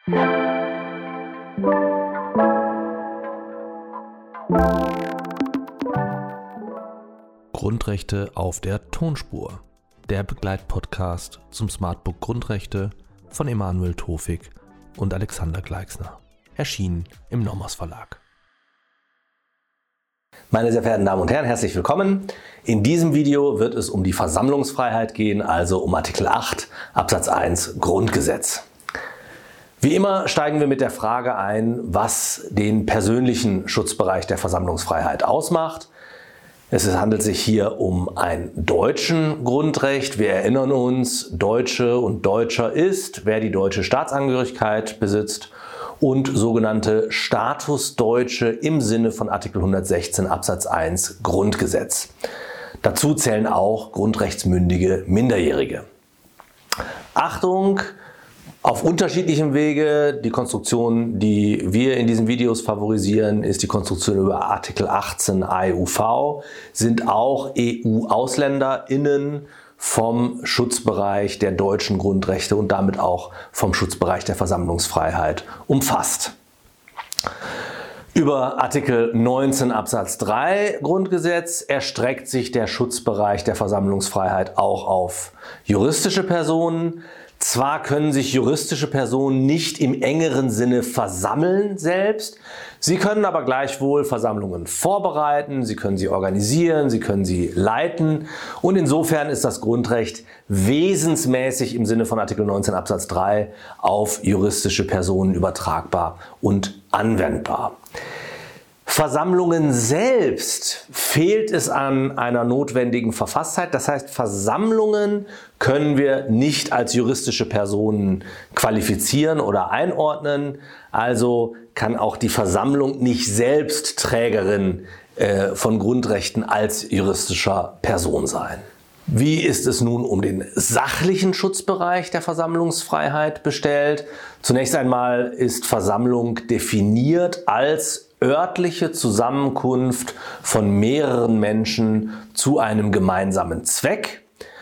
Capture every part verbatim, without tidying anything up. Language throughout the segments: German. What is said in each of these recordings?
Grundrechte auf der Tonspur. Der Begleitpodcast zum Smartbook Grundrechte von Emanuel Tofik und Alexander Gleixner. Erschienen im Nomos Verlag. Meine sehr verehrten Damen und Herren, herzlich willkommen. In diesem Video wird es um die Versammlungsfreiheit gehen, also um Artikel acht Absatz eins Grundgesetz. Wie immer steigen wir mit der Frage ein, was den persönlichen Schutzbereich der Versammlungsfreiheit ausmacht. Es handelt sich hier um ein deutschen Grundrecht. Wir erinnern uns, Deutsche und Deutscher ist, wer die deutsche Staatsangehörigkeit besitzt, und sogenannte Statusdeutsche im Sinne von Artikel hundertsechzehn Absatz eins Grundgesetz. Dazu zählen auch grundrechtsmündige Minderjährige. Achtung! Auf unterschiedlichem Wege, die Konstruktion, die wir in diesen Videos favorisieren, ist die Konstruktion über Artikel achtzehn A E U V, sind auch E U-AusländerInnen vom Schutzbereich der deutschen Grundrechte und damit auch vom Schutzbereich der Versammlungsfreiheit umfasst. Über Artikel neunzehn Absatz drei Grundgesetz erstreckt sich der Schutzbereich der Versammlungsfreiheit auch auf juristische Personen. Zwar können sich juristische Personen nicht im engeren Sinne versammeln selbst, sie können aber gleichwohl Versammlungen vorbereiten, sie können sie organisieren, sie können sie leiten und insofern ist das Grundrecht wesensmäßig im Sinne von Artikel neunzehn Absatz drei auf juristische Personen übertragbar und anwendbar. Versammlungen selbst fehlt es an einer notwendigen Verfasstheit. Das heißt, Versammlungen können wir nicht als juristische Personen qualifizieren oder einordnen. Also kann auch die Versammlung nicht selbst Trägerin äh, von Grundrechten als juristischer Person sein. Wie ist es nun um den sachlichen Schutzbereich der Versammlungsfreiheit bestellt? Zunächst einmal ist Versammlung definiert als örtliche Zusammenkunft von mehreren Menschen zu einem gemeinsamen Zweck.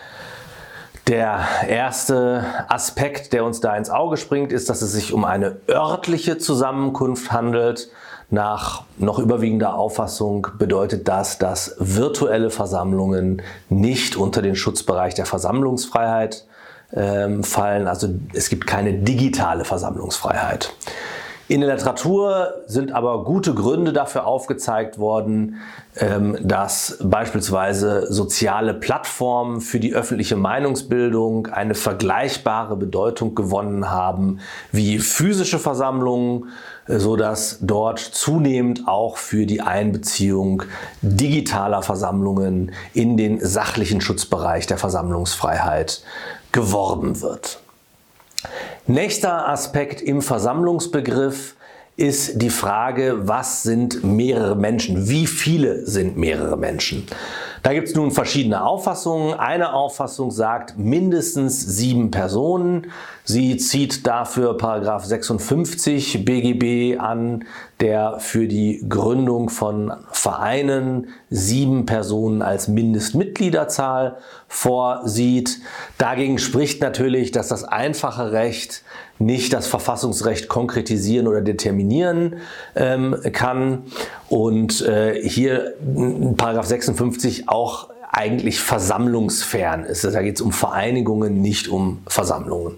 Der erste Aspekt, der uns da ins Auge springt, ist, dass es sich um eine örtliche Zusammenkunft handelt. Nach noch überwiegender Auffassung bedeutet das, dass virtuelle Versammlungen nicht unter den Schutzbereich der Versammlungsfreiheit ähm, fallen. Also es gibt keine digitale Versammlungsfreiheit. In der Literatur sind aber gute Gründe dafür aufgezeigt worden, dass beispielsweise soziale Plattformen für die öffentliche Meinungsbildung eine vergleichbare Bedeutung gewonnen haben wie physische Versammlungen, sodass dort zunehmend auch für die Einbeziehung digitaler Versammlungen in den sachlichen Schutzbereich der Versammlungsfreiheit geworben wird. Nächster Aspekt im Versammlungsbegriff ist die Frage, was sind mehrere Menschen? Wie viele sind mehrere Menschen? Da gibt es nun verschiedene Auffassungen. Eine Auffassung sagt mindestens sieben Personen. Sie zieht dafür Paragraph sechsundfünfzig B G B an, der für die Gründung von Vereinen sieben Personen als Mindestmitgliederzahl vorsieht. Dagegen spricht natürlich, dass das einfache Recht nicht das Verfassungsrecht konkretisieren oder determinieren ähm, kann und äh, hier Paragraph sechsundfünfzig auch eigentlich versammlungsfern ist. Da geht es um Vereinigungen, nicht um Versammlungen.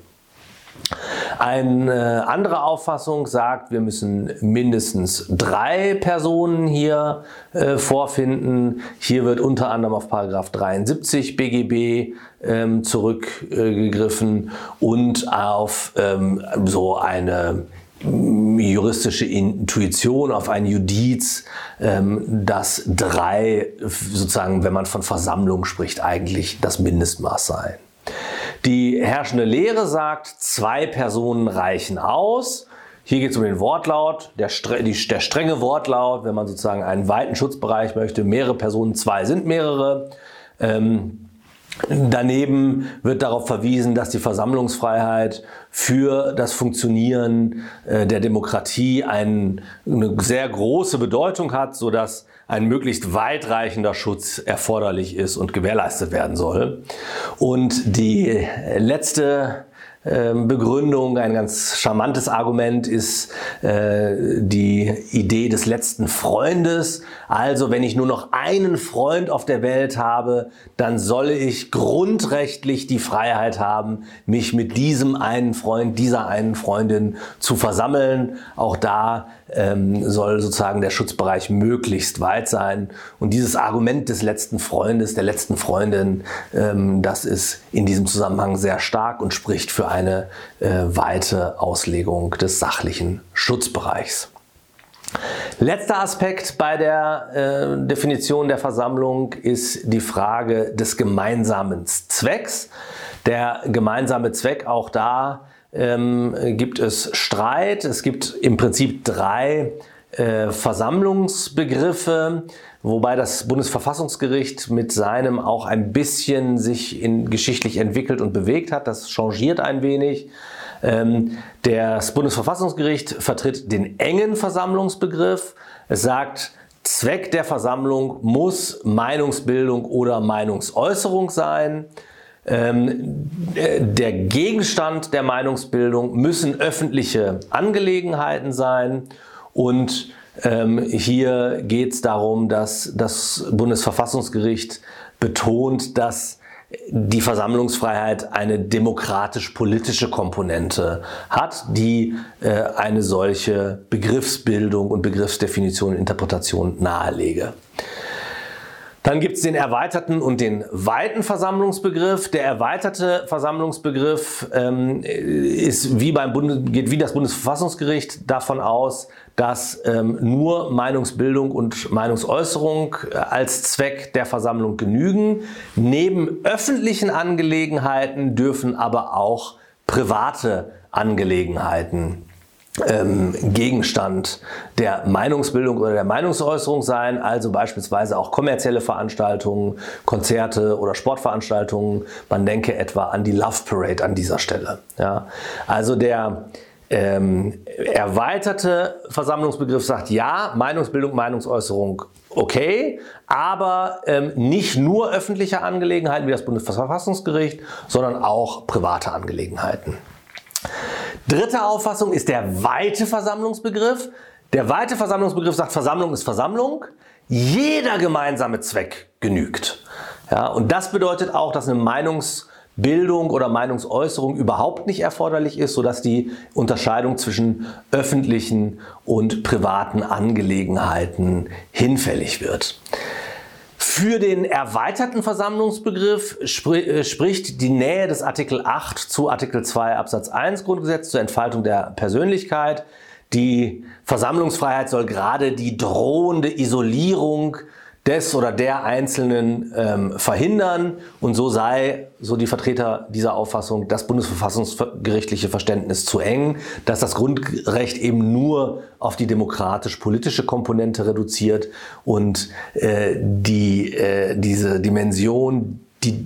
Eine andere Auffassung sagt, wir müssen mindestens drei Personen hier äh, vorfinden. Hier wird unter anderem auf Paragraph dreiundsiebzig B G B ähm, zurückgegriffen äh, und auf ähm, so eine juristische Intuition, auf ein Judiz, ähm, dass drei sozusagen, wenn man von Versammlung spricht, eigentlich das Mindestmaß sei. Die herrschende Lehre sagt, zwei Personen reichen aus. Hier geht es um den Wortlaut, der, die, der strenge Wortlaut, wenn man sozusagen einen weiten Schutzbereich möchte, mehrere Personen, zwei sind mehrere. Ähm, Daneben wird darauf verwiesen, dass die Versammlungsfreiheit für das Funktionieren äh, der Demokratie ein, eine sehr große Bedeutung hat, sodass ein möglichst weitreichender Schutz erforderlich ist und gewährleistet werden soll. Und die letzte Begründung, ein ganz charmantes Argument ist äh, die Idee des letzten Freundes. Also wenn ich nur noch einen Freund auf der Welt habe, dann soll ich grundrechtlich die Freiheit haben, mich mit diesem einen Freund, dieser einen Freundin zu versammeln. Auch da ähm, soll sozusagen der Schutzbereich möglichst weit sein. Und dieses Argument des letzten Freundes, der letzten Freundin, ähm, das ist in diesem Zusammenhang sehr stark und spricht für eine äh, weite Auslegung des sachlichen Schutzbereichs. Letzter Aspekt bei der äh, Definition der Versammlung ist die Frage des gemeinsamen Zwecks. Der gemeinsame Zweck, auch da ähm, gibt es Streit. Es gibt im Prinzip drei äh, Versammlungsbegriffe, wobei das Bundesverfassungsgericht mit seinem auch ein bisschen sich in, geschichtlich entwickelt und bewegt hat. Das changiert ein wenig. Ähm, das Bundesverfassungsgericht vertritt den engen Versammlungsbegriff. Es sagt, Zweck der Versammlung muss Meinungsbildung oder Meinungsäußerung sein. Ähm, der Gegenstand der Meinungsbildung müssen öffentliche Angelegenheiten sein. Und ähm, hier geht es darum, dass das Bundesverfassungsgericht betont, dass die Versammlungsfreiheit eine demokratisch-politische Komponente hat, die äh, eine solche Begriffsbildung und Begriffsdefinition und Interpretation nahelege. Dann gibt es den erweiterten und den weiten Versammlungsbegriff. Der erweiterte Versammlungsbegriff ähm, ist wie beim Bundes, geht wie das Bundesverfassungsgericht davon aus, dass ähm, nur Meinungsbildung und Meinungsäußerung als Zweck der Versammlung genügen. Neben öffentlichen Angelegenheiten dürfen aber auch private Angelegenheiten Ähm, Gegenstand der Meinungsbildung oder der Meinungsäußerung sein, also beispielsweise auch kommerzielle Veranstaltungen, Konzerte oder Sportveranstaltungen. Man denke etwa an die Love Parade an dieser Stelle. Ja, also der ähm, erweiterte Versammlungsbegriff sagt, ja, Meinungsbildung, Meinungsäußerung okay, aber ähm, nicht nur öffentliche Angelegenheiten wie das Bundesverfassungsgericht, sondern auch private Angelegenheiten. Dritte Auffassung ist der weite Versammlungsbegriff. Der weite Versammlungsbegriff sagt, Versammlung ist Versammlung. Jeder gemeinsame Zweck genügt. Ja, und das bedeutet auch, dass eine Meinungsbildung oder Meinungsäußerung überhaupt nicht erforderlich ist, sodass die Unterscheidung zwischen öffentlichen und privaten Angelegenheiten hinfällig wird. Für den erweiterten Versammlungsbegriff spr- spricht die Nähe des Artikel acht zu Artikel zwei Absatz eins Grundgesetz zur Entfaltung der Persönlichkeit. Die Versammlungsfreiheit soll gerade die drohende Isolierung des oder der Einzelnen ähm, verhindern, und so sei, so die Vertreter dieser Auffassung, das bundesverfassungsgerichtliche Verständnis zu eng, dass das Grundrecht eben nur auf die demokratisch-politische Komponente reduziert und äh, die, äh, diese Dimension, die,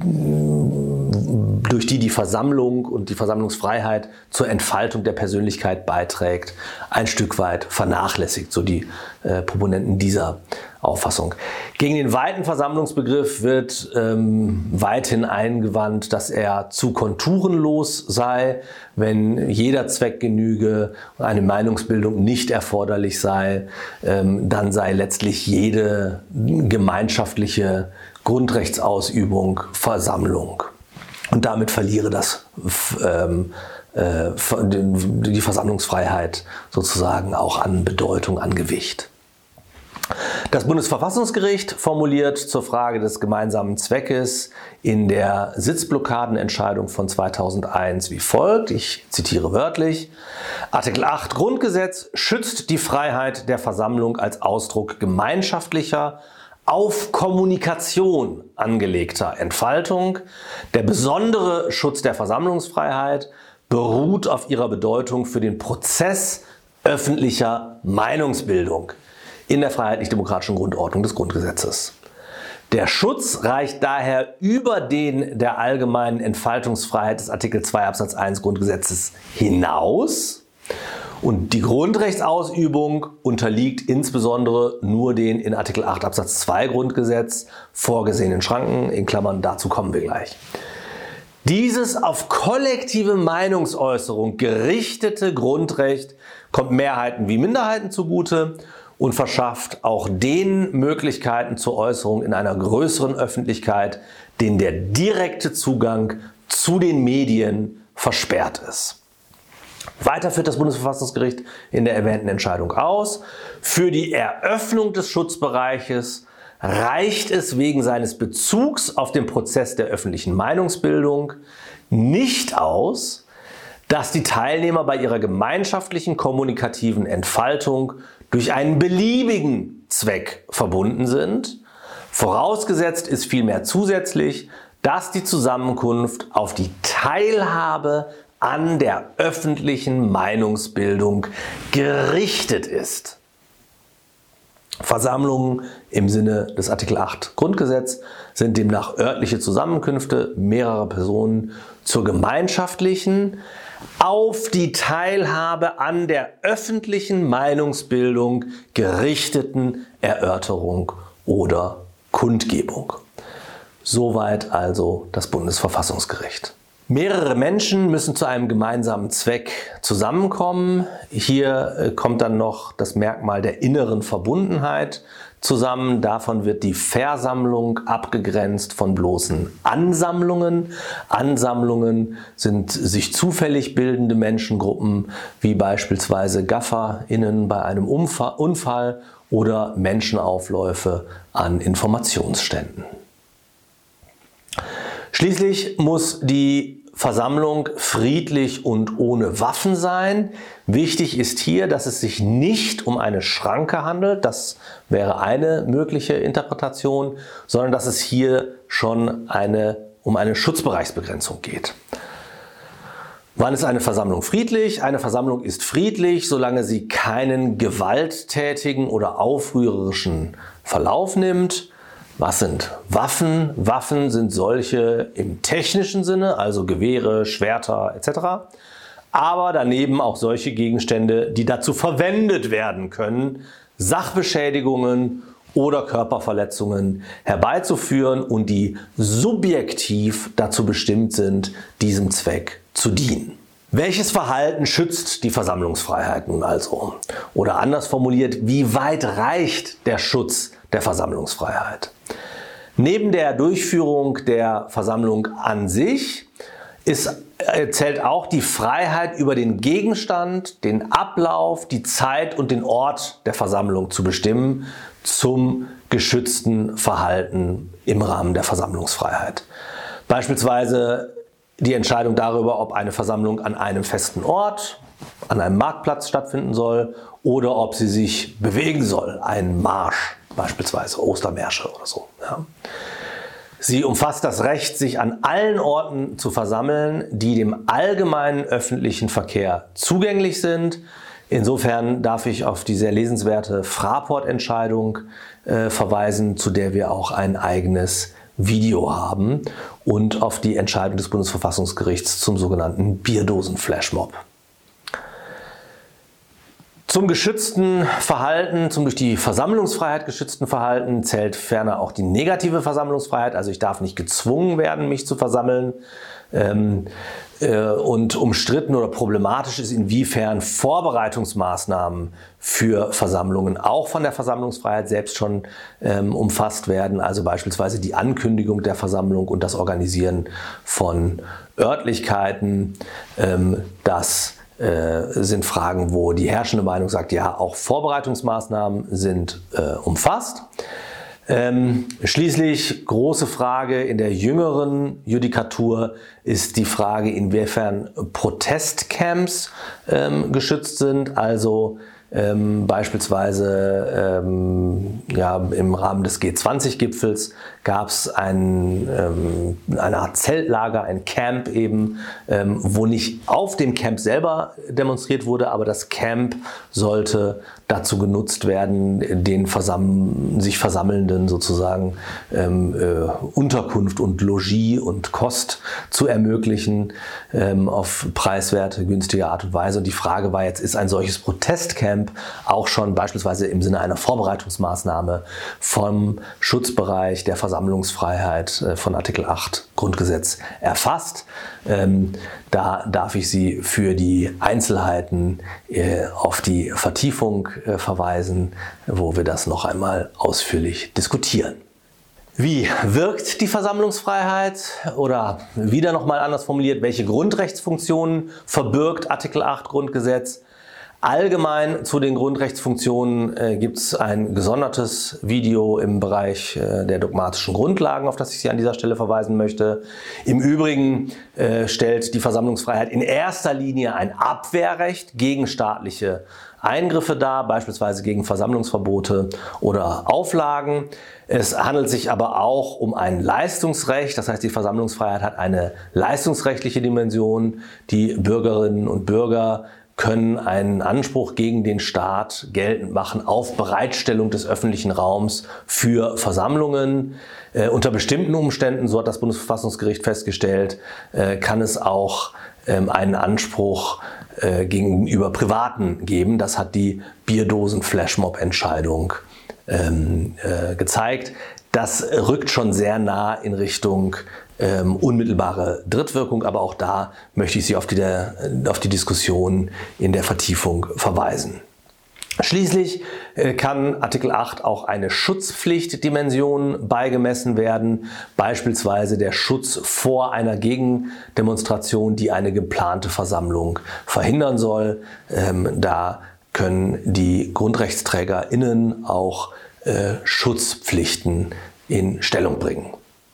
durch die die Versammlung und die Versammlungsfreiheit zur Entfaltung der Persönlichkeit beiträgt, ein Stück weit vernachlässigt, so die äh, Proponenten dieser Auffassung. Gegen den weiten Versammlungsbegriff wird ähm, weithin eingewandt, dass er zu konturenlos sei, wenn jeder Zweck genüge und eine Meinungsbildung nicht erforderlich sei, ähm, dann sei letztlich jede gemeinschaftliche Grundrechtsausübung Versammlung. Und damit verliere das ähm, äh, die Versammlungsfreiheit sozusagen auch an Bedeutung, an Gewicht. Das Bundesverfassungsgericht formuliert zur Frage des gemeinsamen Zweckes in der Sitzblockadenentscheidung von zweitausendeins wie folgt, ich zitiere wörtlich: Artikel acht Grundgesetz schützt die Freiheit der Versammlung als Ausdruck gemeinschaftlicher, auf Kommunikation angelegter Entfaltung. Der besondere Schutz der Versammlungsfreiheit beruht auf ihrer Bedeutung für den Prozess öffentlicher Meinungsbildung in der freiheitlich-demokratischen Grundordnung des Grundgesetzes. Der Schutz reicht daher über den der allgemeinen Entfaltungsfreiheit des Artikel zwei Absatz eins Grundgesetzes hinaus. Und die Grundrechtsausübung unterliegt insbesondere nur den in Artikel acht Absatz zwei Grundgesetz vorgesehenen Schranken, in Klammern, dazu kommen wir gleich. Dieses auf kollektive Meinungsäußerung gerichtete Grundrecht kommt Mehrheiten wie Minderheiten zugute und verschafft auch den Möglichkeiten zur Äußerung in einer größeren Öffentlichkeit, denen der direkte Zugang zu den Medien versperrt ist. Weiter führt das Bundesverfassungsgericht in der erwähnten Entscheidung aus: Für die Eröffnung des Schutzbereiches reicht es wegen seines Bezugs auf den Prozess der öffentlichen Meinungsbildung nicht aus, dass die Teilnehmer bei ihrer gemeinschaftlichen kommunikativen Entfaltung durch einen beliebigen Zweck verbunden sind. Vorausgesetzt ist vielmehr zusätzlich, dass die Zusammenkunft auf die Teilhabe an der öffentlichen Meinungsbildung gerichtet ist. Versammlungen im Sinne des Artikel acht Grundgesetz sind demnach örtliche Zusammenkünfte mehrerer Personen zur gemeinschaftlichen, auf die Teilhabe an der öffentlichen Meinungsbildung gerichteten Erörterung oder Kundgebung. Soweit also das Bundesverfassungsgericht. Mehrere Menschen müssen zu einem gemeinsamen Zweck zusammenkommen. Hier kommt dann noch das Merkmal der inneren Verbundenheit zusammen. Davon wird die Versammlung abgegrenzt von bloßen Ansammlungen. Ansammlungen sind sich zufällig bildende Menschengruppen, wie beispielsweise GafferInnen bei einem Unfall oder Menschenaufläufe an Informationsständen. Schließlich muss die Versammlung friedlich und ohne Waffen sein. Wichtig ist hier, dass es sich nicht um eine Schranke handelt, das wäre eine mögliche Interpretation, sondern dass es hier schon eine, um eine Schutzbereichsbegrenzung geht. Wann ist eine Versammlung friedlich? Eine Versammlung ist friedlich, solange sie keinen gewalttätigen oder aufrührerischen Verlauf nimmt. Was sind Waffen? Waffen sind solche im technischen Sinne, also Gewehre, Schwerter et cetera, aber daneben auch solche Gegenstände, die dazu verwendet werden können, Sachbeschädigungen oder Körperverletzungen herbeizuführen und die subjektiv dazu bestimmt sind, diesem Zweck zu dienen. Welches Verhalten schützt die Versammlungsfreiheit nun also? Oder anders formuliert, wie weit reicht der Schutz der Versammlungsfreiheit? Neben der Durchführung der Versammlung an sich ist, zählt auch die Freiheit, über den Gegenstand, den Ablauf, die Zeit und den Ort der Versammlung zu bestimmen, zum geschützten Verhalten im Rahmen der Versammlungsfreiheit. Beispielsweise die Entscheidung darüber, ob eine Versammlung an einem festen Ort, an einem Marktplatz stattfinden soll oder ob sie sich bewegen soll, ein Marsch. Beispielsweise Ostermärsche oder so. Ja. Sie umfasst das Recht, sich an allen Orten zu versammeln, die dem allgemeinen öffentlichen Verkehr zugänglich sind. Insofern darf ich auf die sehr lesenswerte Fraport-Entscheidung äh, verweisen, zu der wir auch ein eigenes Video haben, und auf die Entscheidung des Bundesverfassungsgerichts zum sogenannten Bierdosen-Flashmob. Zum geschützten Verhalten, zum durch die Versammlungsfreiheit geschützten Verhalten zählt ferner auch die negative Versammlungsfreiheit. Also ich darf nicht gezwungen werden, mich zu versammeln. Ähm, äh, und umstritten oder problematisch ist, inwiefern Vorbereitungsmaßnahmen für Versammlungen auch von der Versammlungsfreiheit selbst schon ähm, umfasst werden. Also beispielsweise die Ankündigung der Versammlung und das Organisieren von Örtlichkeiten, ähm, das sind Fragen, wo die herrschende Meinung sagt, ja, auch Vorbereitungsmaßnahmen sind äh, umfasst. Ähm, schließlich, große Frage in der jüngeren Judikatur ist die Frage, inwiefern Protestcamps ähm, geschützt sind, also Ähm, beispielsweise ähm, ja, im Rahmen des G zwanzig Gipfels gab es ein, ähm, eine Art Zeltlager, ein Camp eben, ähm, wo nicht auf dem Camp selber demonstriert wurde, aber das Camp sollte dazu genutzt werden, den Versam- sich Versammelnden sozusagen ähm, äh, Unterkunft und Logis und Kost zu ermöglichen ähm, auf preiswerte, günstige Art und Weise. Und die Frage war jetzt, ist ein solches Protestcamp Protestcamp auch schon beispielsweise im Sinne einer Vorbereitungsmaßnahme vom Schutzbereich der Versammlungsfreiheit von Artikel acht Grundgesetz erfasst. Ähm, da darf ich Sie für die Einzelheiten äh, auf die Vertiefung äh, verweisen, wo wir das noch einmal ausführlich diskutieren. Wie wirkt die Versammlungsfreiheit? Oder wieder nochmal anders formuliert, welche Grundrechtsfunktionen verbirgt Artikel acht Grundgesetz? Allgemein zu den Grundrechtsfunktionen äh, gibt es ein gesondertes Video im Bereich äh, der dogmatischen Grundlagen, auf das ich Sie an dieser Stelle verweisen möchte. Im Übrigen äh, stellt die Versammlungsfreiheit in erster Linie ein Abwehrrecht gegen staatliche Eingriffe dar, beispielsweise gegen Versammlungsverbote oder Auflagen. Es handelt sich aber auch um ein Leistungsrecht, das heißt, die Versammlungsfreiheit hat eine leistungsrechtliche Dimension. Die Bürgerinnen und Bürger können einen Anspruch gegen den Staat geltend machen auf Bereitstellung des öffentlichen Raums für Versammlungen. Äh, unter bestimmten Umständen, so hat das Bundesverfassungsgericht festgestellt, äh, kann es auch ähm, einen Anspruch äh, gegenüber Privaten geben. Das hat die Bierdosen-Flashmob-Entscheidung ähm, äh, gezeigt. Das rückt schon sehr nah in Richtung ähm, unmittelbare Drittwirkung, aber auch da möchte ich Sie auf die, der, auf die Diskussion in der Vertiefung verweisen. Schließlich äh, kann Artikel acht auch eine Schutzpflichtdimension beigemessen werden, beispielsweise der Schutz vor einer Gegendemonstration, die eine geplante Versammlung verhindern soll. Ähm, da können die GrundrechtsträgerInnen auch äh, Schutzpflichten in Stellung bringen.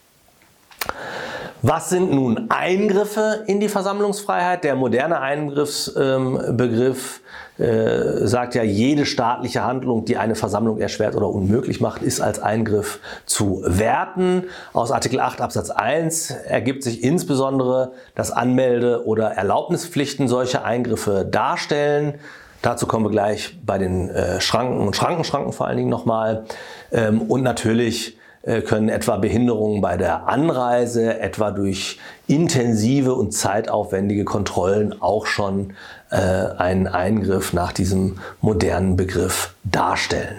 Was sind nun Eingriffe in die Versammlungsfreiheit? Der moderne Eingriffsbegriff äh, sagt ja, jede staatliche Handlung, die eine Versammlung erschwert oder unmöglich macht, ist als Eingriff zu werten. Aus Artikel acht Absatz eins ergibt sich insbesondere, dass Anmelde- oder Erlaubnispflichten solche Eingriffe darstellen. Dazu kommen wir gleich bei den äh, Schranken und Schrankenschranken vor allen Dingen nochmal. Ähm, und natürlich können etwa Behinderungen bei der Anreise, etwa durch intensive und zeitaufwendige Kontrollen auch schon äh, einen Eingriff nach diesem modernen Begriff darstellen.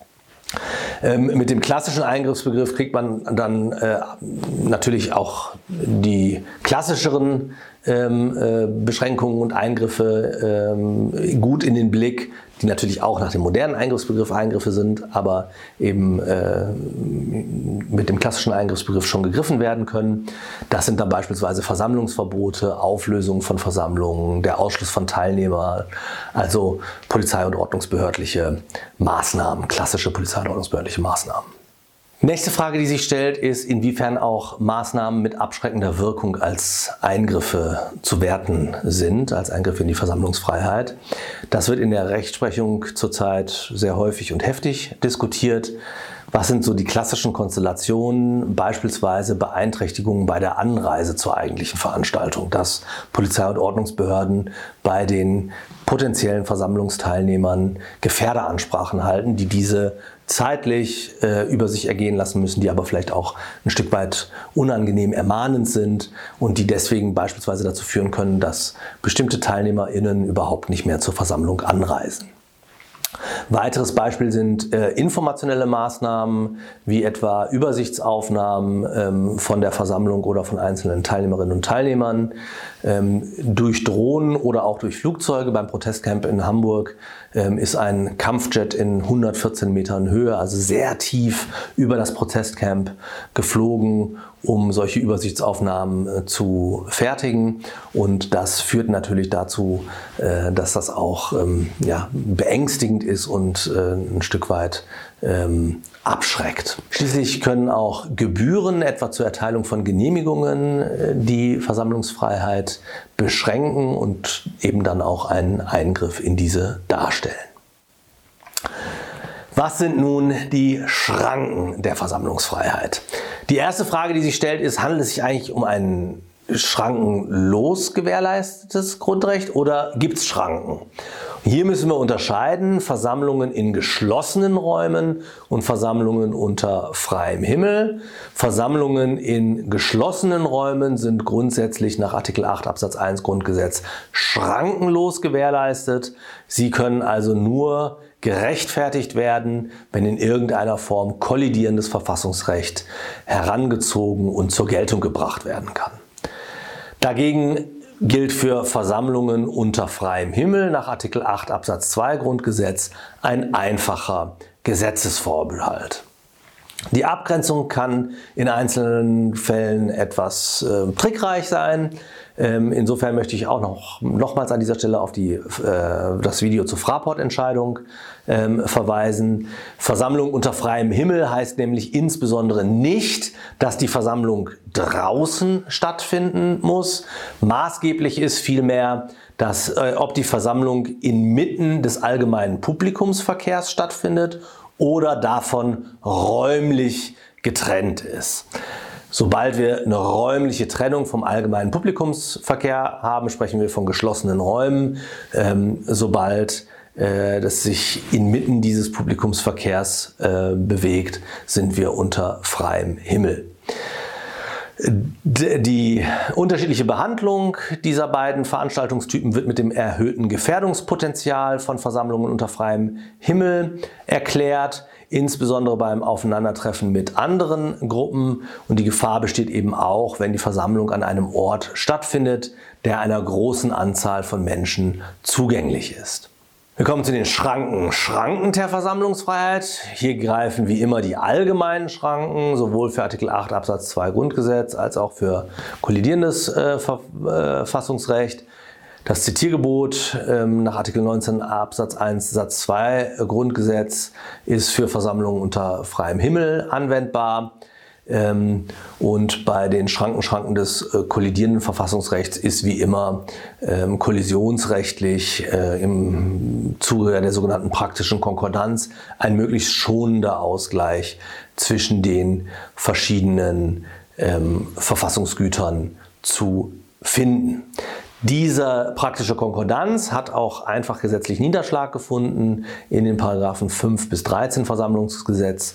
Ähm, mit dem klassischen Eingriffsbegriff kriegt man dann äh, natürlich auch die klassischeren ähm, äh, Beschränkungen und Eingriffe ähm, gut in den Blick, die natürlich auch nach dem modernen Eingriffsbegriff Eingriffe sind, aber eben äh, mit dem klassischen Eingriffsbegriff schon gegriffen werden können. Das sind dann beispielsweise Versammlungsverbote, Auflösung von Versammlungen, der Ausschluss von Teilnehmern, also polizei- und ordnungsbehördliche Maßnahmen, klassische polizei- und ordnungsbehördliche Maßnahmen. Nächste Frage, die sich stellt, ist, inwiefern auch Maßnahmen mit abschreckender Wirkung als Eingriffe zu werten sind, als Eingriffe in die Versammlungsfreiheit. Das wird in der Rechtsprechung zurzeit sehr häufig und heftig diskutiert. Was sind so die klassischen Konstellationen, beispielsweise Beeinträchtigungen bei der Anreise zur eigentlichen Veranstaltung, dass Polizei- und Ordnungsbehörden bei den potenziellen Versammlungsteilnehmern Gefährderansprachen halten, die diese zeitlich äh, über sich ergehen lassen müssen, die aber vielleicht auch ein Stück weit unangenehm ermahnend sind und die deswegen beispielsweise dazu führen können, dass bestimmte TeilnehmerInnen überhaupt nicht mehr zur Versammlung anreisen. Weiteres Beispiel sind äh, informationelle Maßnahmen, wie etwa Übersichtsaufnahmen ähm, von der Versammlung oder von einzelnen Teilnehmerinnen und Teilnehmern, ähm, durch Drohnen oder auch durch Flugzeuge. Beim Protestcamp in Hamburg ähm, ist ein Kampfjet in hundertvierzehn Metern Höhe, also sehr tief über das Protestcamp geflogen, um solche Übersichtsaufnahmen äh, zu fertigen. Und das führt natürlich dazu, äh, dass das auch ähm, ja, beängstigend ist und äh, ein Stück weit ähm, abschreckt. Schließlich können auch Gebühren, etwa zur Erteilung von Genehmigungen, äh, die Versammlungsfreiheit beschränken und eben dann auch einen Eingriff in diese darstellen. Was sind nun die Schranken der Versammlungsfreiheit? Die erste Frage, die sich stellt, ist, handelt es sich eigentlich um ein schrankenlos gewährleistetes Grundrecht oder gibt es Schranken? Hier müssen wir unterscheiden Versammlungen in geschlossenen Räumen und Versammlungen unter freiem Himmel. Versammlungen in geschlossenen Räumen sind grundsätzlich nach Artikel acht Absatz eins Grundgesetz schrankenlos gewährleistet. Sie können also nur gerechtfertigt werden, wenn in irgendeiner Form kollidierendes Verfassungsrecht herangezogen und zur Geltung gebracht werden kann. Dagegen gilt für Versammlungen unter freiem Himmel nach Artikel acht Absatz zwei Grundgesetz ein einfacher Gesetzesvorbehalt. Die Abgrenzung kann in einzelnen Fällen etwas äh, trickreich sein. Ähm, insofern möchte ich auch noch nochmals an dieser Stelle auf die, äh, das Video zur Fraport-Entscheidung ähm, verweisen. Versammlung unter freiem Himmel heißt nämlich insbesondere nicht, dass die Versammlung draußen stattfinden muss. Maßgeblich ist vielmehr, dass äh, ob die Versammlung inmitten des allgemeinen Publikumsverkehrs stattfindet oder davon räumlich getrennt ist. Sobald wir eine räumliche Trennung vom allgemeinen Publikumsverkehr haben, sprechen wir von geschlossenen Räumen. Ähm, sobald äh, das sich inmitten dieses Publikumsverkehrs äh, bewegt, sind wir unter freiem Himmel. Die unterschiedliche Behandlung dieser beiden Veranstaltungstypen wird mit dem erhöhten Gefährdungspotenzial von Versammlungen unter freiem Himmel erklärt, insbesondere beim Aufeinandertreffen mit anderen Gruppen. Und die Gefahr besteht eben auch, wenn die Versammlung an einem Ort stattfindet, der einer großen Anzahl von Menschen zugänglich ist. Wir kommen zu den Schranken. Schranken der Versammlungsfreiheit. Hier greifen wie immer die allgemeinen Schranken, sowohl für Artikel acht Absatz zwei Grundgesetz als auch für kollidierendes äh, Verfassungsrecht. Das Zitiergebot ähm, nach Artikel neunzehn Absatz eins Satz zwei Grundgesetz ist für Versammlungen unter freiem Himmel anwendbar. Ähm, und bei den Schranken, Schranken des äh, kollidierenden Verfassungsrechts ist wie immer ähm, kollisionsrechtlich äh, im Zuge der sogenannten praktischen Konkordanz ein möglichst schonender Ausgleich zwischen den verschiedenen ähm, Verfassungsgütern zu finden. Diese praktische Konkordanz hat auch einfach gesetzlich Niederschlag gefunden in den Paragraphen fünf bis dreizehn Versammlungsgesetz.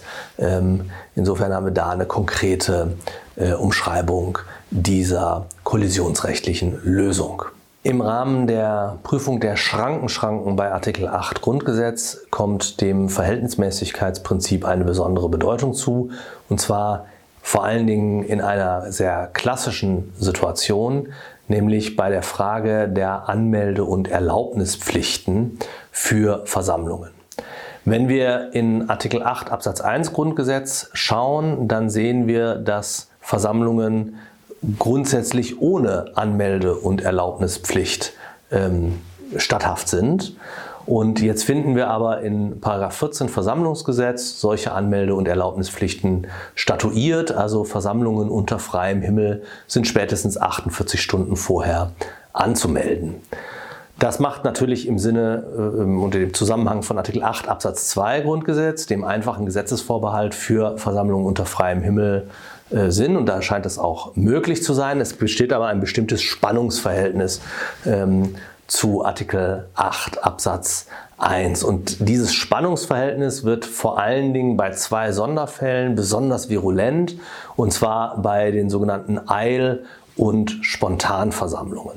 Insofern haben wir da eine konkrete Umschreibung dieser kollisionsrechtlichen Lösung. Im Rahmen der Prüfung der Schrankenschranken bei Artikel acht Grundgesetz kommt dem Verhältnismäßigkeitsprinzip eine besondere Bedeutung zu, und zwar vor allen Dingen in einer sehr klassischen Situation, nämlich bei der Frage der Anmelde- und Erlaubnispflichten für Versammlungen. Wenn wir in Artikel acht Absatz eins Grundgesetz schauen, dann sehen wir, dass Versammlungen grundsätzlich ohne Anmelde- und Erlaubnispflicht ähm, statthaft sind. Und jetzt finden wir aber in Paragraph vierzehn Versammlungsgesetz solche Anmelde- und Erlaubnispflichten statuiert. Also Versammlungen unter freiem Himmel sind spätestens achtundvierzig Stunden vorher anzumelden. Das macht natürlich im Sinne äh, unter dem Zusammenhang von Artikel acht Absatz zwei Grundgesetz, dem einfachen Gesetzesvorbehalt für Versammlungen unter freiem Himmel, äh, Sinn. Und da scheint es auch möglich zu sein. Es besteht aber ein bestimmtes Spannungsverhältnis ähm, zu Artikel acht Absatz eins. Und dieses Spannungsverhältnis wird vor allen Dingen bei zwei Sonderfällen besonders virulent, und zwar bei den sogenannten Eil- und Spontanversammlungen.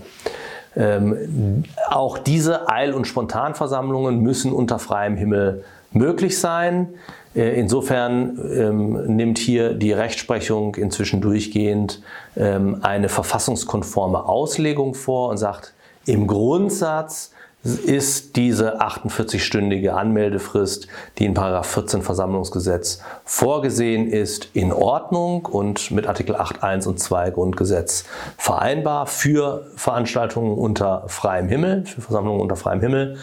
Ähm, auch diese Eil- und Spontanversammlungen müssen unter freiem Himmel möglich sein. Äh, insofern ähm, nimmt hier die Rechtsprechung inzwischen durchgehend ähm, eine verfassungskonforme Auslegung vor und sagt, im Grundsatz ist diese achtundvierzig-stündige Anmeldefrist, die in Paragraph vierzehn Versammlungsgesetz vorgesehen ist, in Ordnung und mit Artikel acht Absatz eins und zwei Grundgesetz vereinbar für Veranstaltungen unter freiem Himmel, für Versammlungen unter freiem Himmel,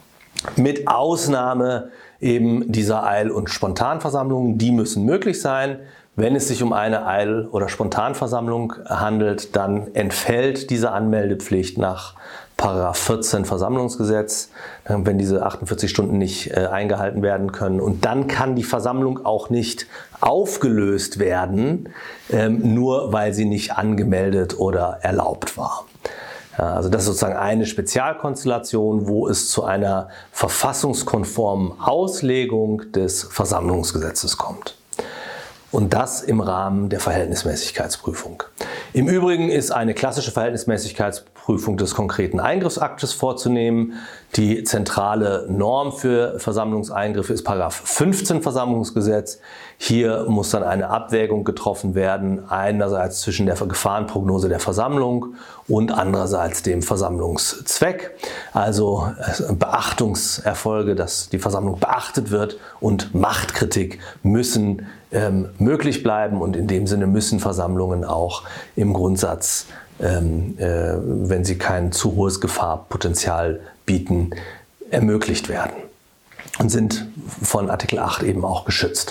mit Ausnahme eben dieser Eil- und Spontanversammlungen. Die müssen möglich sein. Wenn es sich um eine Eil- oder Spontanversammlung handelt, dann entfällt diese Anmeldepflicht nach Paragraph vierzehn Versammlungsgesetz, wenn diese achtundvierzig Stunden nicht äh, eingehalten werden können. Und dann kann die Versammlung auch nicht aufgelöst werden, ähm, nur weil sie nicht angemeldet oder erlaubt war. Ja, also das ist sozusagen eine Spezialkonstellation, wo es zu einer verfassungskonformen Auslegung des Versammlungsgesetzes kommt. Und das im Rahmen der Verhältnismäßigkeitsprüfung. Im Übrigen ist eine klassische Verhältnismäßigkeitsprüfung des konkreten Eingriffsaktes vorzunehmen. Die zentrale Norm für Versammlungseingriffe ist Paragraph fünfzehn Versammlungsgesetz. Hier muss dann eine Abwägung getroffen werden, einerseits zwischen der Gefahrenprognose der Versammlung und andererseits dem Versammlungszweck. Also Beachtungserfolge, dass die Versammlung beachtet wird, und Machtkritik müssen ähm, möglich bleiben, und in dem Sinne müssen Versammlungen auch im Grundsatz, ähm, äh, wenn sie kein zu hohes Gefahrpotenzial bieten, ermöglicht werden und sind von Artikel acht eben auch geschützt.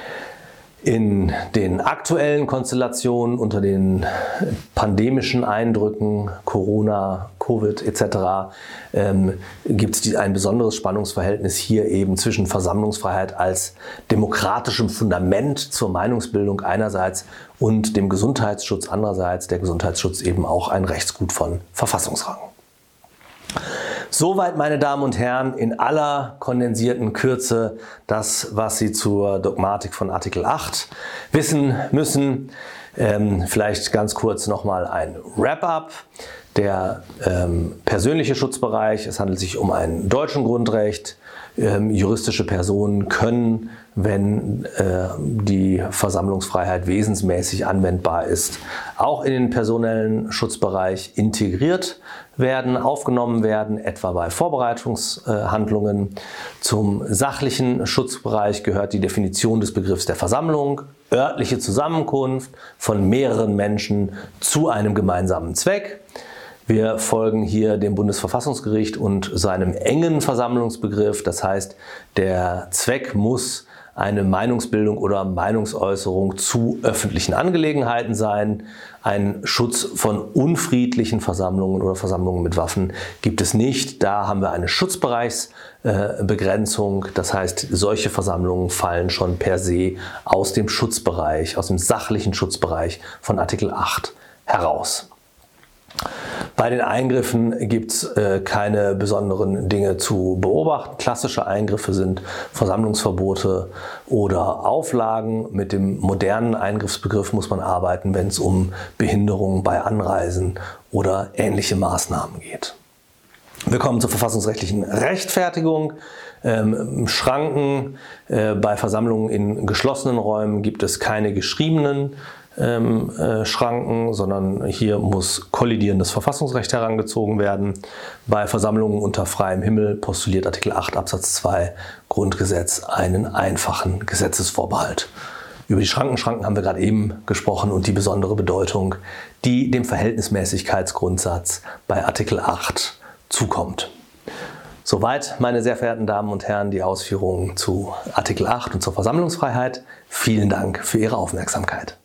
In den aktuellen Konstellationen unter den pandemischen Eindrücken, Corona, Covid et cetera, ähm, gibt es ein besonderes Spannungsverhältnis hier eben zwischen Versammlungsfreiheit als demokratischem Fundament zur Meinungsbildung einerseits und dem Gesundheitsschutz andererseits. Der Gesundheitsschutz eben auch ein Rechtsgut von Verfassungsrang. Soweit, meine Damen und Herren, in aller kondensierten Kürze das, was Sie zur Dogmatik von Artikel acht wissen müssen. Ähm, vielleicht ganz kurz nochmal ein Wrap-up. Der ähm, persönliche Schutzbereich, es handelt sich um ein deutschen Grundrecht. Ähm, juristische Personen können, wenn äh, die Versammlungsfreiheit wesensmäßig anwendbar ist, auch in den personellen Schutzbereich integriert werden, aufgenommen werden, etwa bei Vorbereitungshandlungen. Zum sachlichen Schutzbereich gehört die Definition des Begriffs der Versammlung, örtliche Zusammenkunft von mehreren Menschen zu einem gemeinsamen Zweck. Wir folgen hier dem Bundesverfassungsgericht und seinem engen Versammlungsbegriff. Das heißt, der Zweck muss eine Meinungsbildung oder Meinungsäußerung zu öffentlichen Angelegenheiten sein. Ein Schutz von unfriedlichen Versammlungen oder Versammlungen mit Waffen gibt es nicht. Da haben wir eine Schutzbereichsbegrenzung. Das heißt, solche Versammlungen fallen schon per se aus dem Schutzbereich, aus dem sachlichen Schutzbereich von Artikel acht heraus. Bei den Eingriffen gibt es äh, keine besonderen Dinge zu beobachten. Klassische Eingriffe sind Versammlungsverbote oder Auflagen. Mit dem modernen Eingriffsbegriff muss man arbeiten, wenn es um Behinderungen bei Anreisen oder ähnliche Maßnahmen geht. Wir kommen zur verfassungsrechtlichen Rechtfertigung. Ähm, Schranken äh, bei Versammlungen in geschlossenen Räumen gibt es keine geschriebenen Ähm, äh, Schranken, sondern hier muss kollidierendes Verfassungsrecht herangezogen werden. Bei Versammlungen unter freiem Himmel postuliert Artikel acht Absatz zwei Grundgesetz einen einfachen Gesetzesvorbehalt. Über die Schranken, Schranken haben wir gerade eben gesprochen und die besondere Bedeutung, die dem Verhältnismäßigkeitsgrundsatz bei Artikel acht zukommt. Soweit, meine sehr verehrten Damen und Herren, die Ausführungen zu Artikel acht und zur Versammlungsfreiheit. Vielen Dank für Ihre Aufmerksamkeit.